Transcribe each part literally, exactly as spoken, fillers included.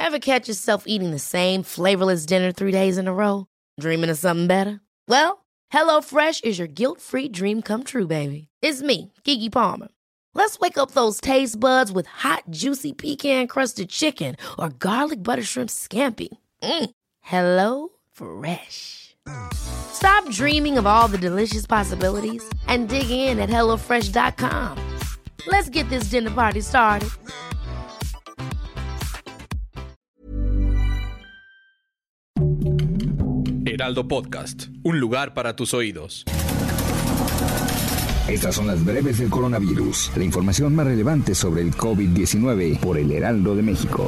Ever catch yourself eating the same flavorless dinner three days in a row? Dreaming of something better? Well, HelloFresh is your guilt-free dream come true, baby. It's me, Keke Palmer. Let's wake up those taste buds with hot, juicy pecan-crusted chicken or garlic butter shrimp scampi. Mm. Hello Fresh. Stop dreaming of all the delicious possibilities and dig in at hello fresh dot com. Let's get this dinner party started. Heraldo Podcast, un lugar para tus oídos. Estas son las breves del coronavirus, la información más relevante sobre el COVID diecinueve por el Heraldo de México.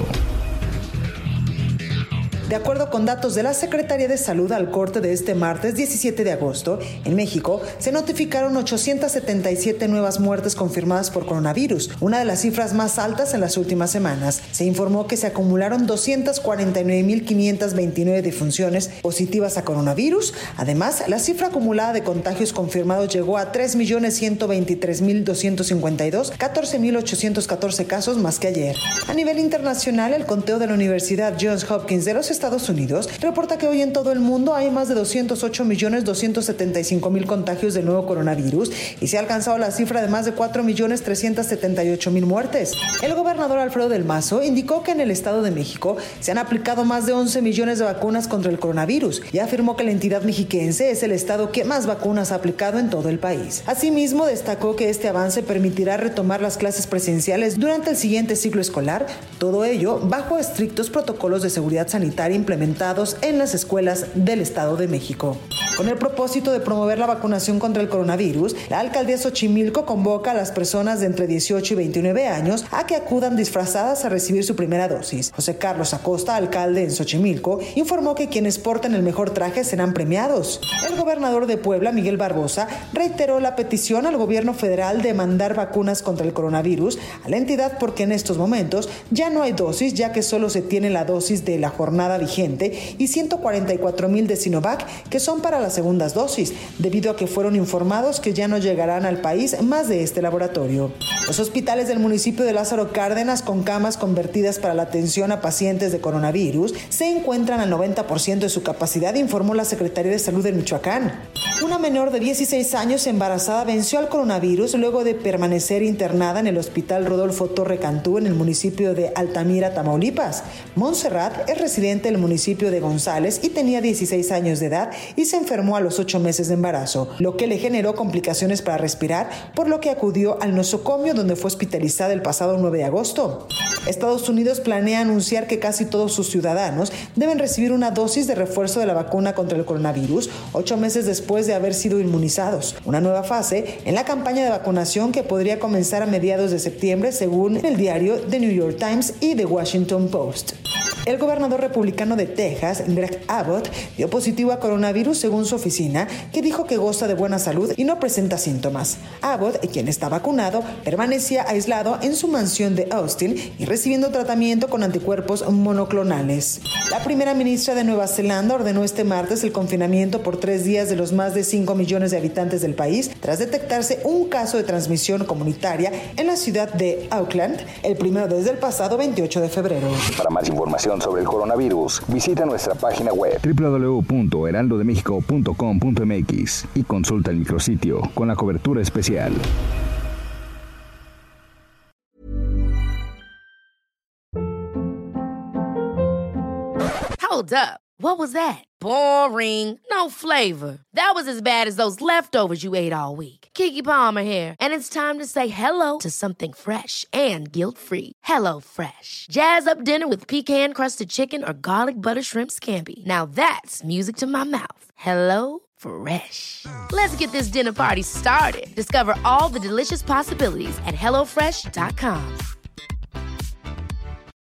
De acuerdo con datos de la Secretaría de Salud al corte de este martes diecisiete de agosto, en México se notificaron ochocientas setenta y siete nuevas muertes confirmadas por coronavirus, una de las cifras más altas en las últimas semanas. Se informó que se acumularon doscientas cuarenta y nueve mil quinientas veintinueve defunciones positivas a coronavirus. Además, la cifra acumulada de contagios confirmados llegó a tres millones ciento veintitrés mil doscientos cincuenta y dos, catorce mil ochocientos catorce casos más que ayer. A nivel internacional, el conteo de la Universidad Johns Hopkins de los Estados Unidos reporta que hoy en todo el mundo hay más de doscientos ocho millones doscientos setenta y cinco mil contagios del nuevo coronavirus y se ha alcanzado la cifra de más de cuatro millones trescientos setenta y ocho mil muertes. El gobernador Alfredo del Mazo indicó que en el Estado de México se han aplicado más de once millones de vacunas contra el coronavirus y afirmó que la entidad mexiquense es el estado que más vacunas ha aplicado en todo el país. Asimismo, destacó que este avance permitirá retomar las clases presenciales durante el siguiente ciclo escolar, todo ello bajo estrictos protocolos de seguridad sanitaria implementados en las escuelas del Estado de México. Con el propósito de promover la vacunación contra el coronavirus, la alcaldía Xochimilco convoca a las personas de entre dieciocho y veintinueve años a que acudan disfrazadas a recibir su primera dosis. José Carlos Acosta, alcalde en Xochimilco, informó que quienes porten el mejor traje serán premiados. El gobernador de Puebla, Miguel Barbosa, reiteró la petición al gobierno federal de mandar vacunas contra el coronavirus a la entidad porque en estos momentos ya no hay dosis, ya que solo se tiene la dosis de la jornada vigente y ciento cuarenta y cuatro mil de Sinovac, que son para las segundas dosis, debido a que fueron informados que ya no llegarán al país más de este laboratorio. Los hospitales del municipio de Lázaro Cárdenas con camas convertidas para la atención a pacientes de coronavirus se encuentran al noventa por ciento de su capacidad, informó la Secretaría de Salud de Michoacán. Una menor de dieciséis años embarazada venció al coronavirus luego de permanecer internada en el Hospital Rodolfo Torre Cantú en el municipio de Altamira, Tamaulipas. Montserrat es residente del municipio de González y tenía dieciséis años de edad y se enfermó a los ocho meses de embarazo, lo que le generó complicaciones para respirar, por lo que acudió al nosocomio donde fue hospitalizada el pasado nueve de agosto. Estados Unidos planea anunciar que casi todos sus ciudadanos deben recibir una dosis de refuerzo de la vacuna contra el coronavirus ocho meses después de haber sido inmunizados. Una nueva fase en la campaña de vacunación que podría comenzar a mediados de septiembre, según el diario The New York Times y The Washington Post. El gobernador republicano de Texas, Greg Abbott, dio positivo a coronavirus según su oficina, que dijo que goza de buena salud y no presenta síntomas. Abbott, quien está vacunado, permanecía aislado en su mansión de Austin y recibiendo tratamiento con anticuerpos monoclonales. La primera ministra de Nueva Zelanda ordenó este martes el confinamiento por tres días de los más de cinco millones de habitantes del país, tras detectarse un caso de transmisión comunitaria en la ciudad de Auckland, el primero desde el pasado veintiocho de febrero. Para más información sobre el coronavirus, visita nuestra página web doble u doble u doble u punto heraldo de méxico punto com punto m x y consulta el micrositio con la cobertura especial. Hold up. What was that? Boring. No flavor. That was as bad as those leftovers you ate all week. Keke Palmer here, and it's time to say hello to something fresh and guilt-free. Hello Fresh. Jazz up dinner with pecan-crusted chicken or garlic butter shrimp scampi. Now that's music to my mouth. Hello Fresh. Let's get this dinner party started. Discover all the delicious possibilities at hello fresh dot com.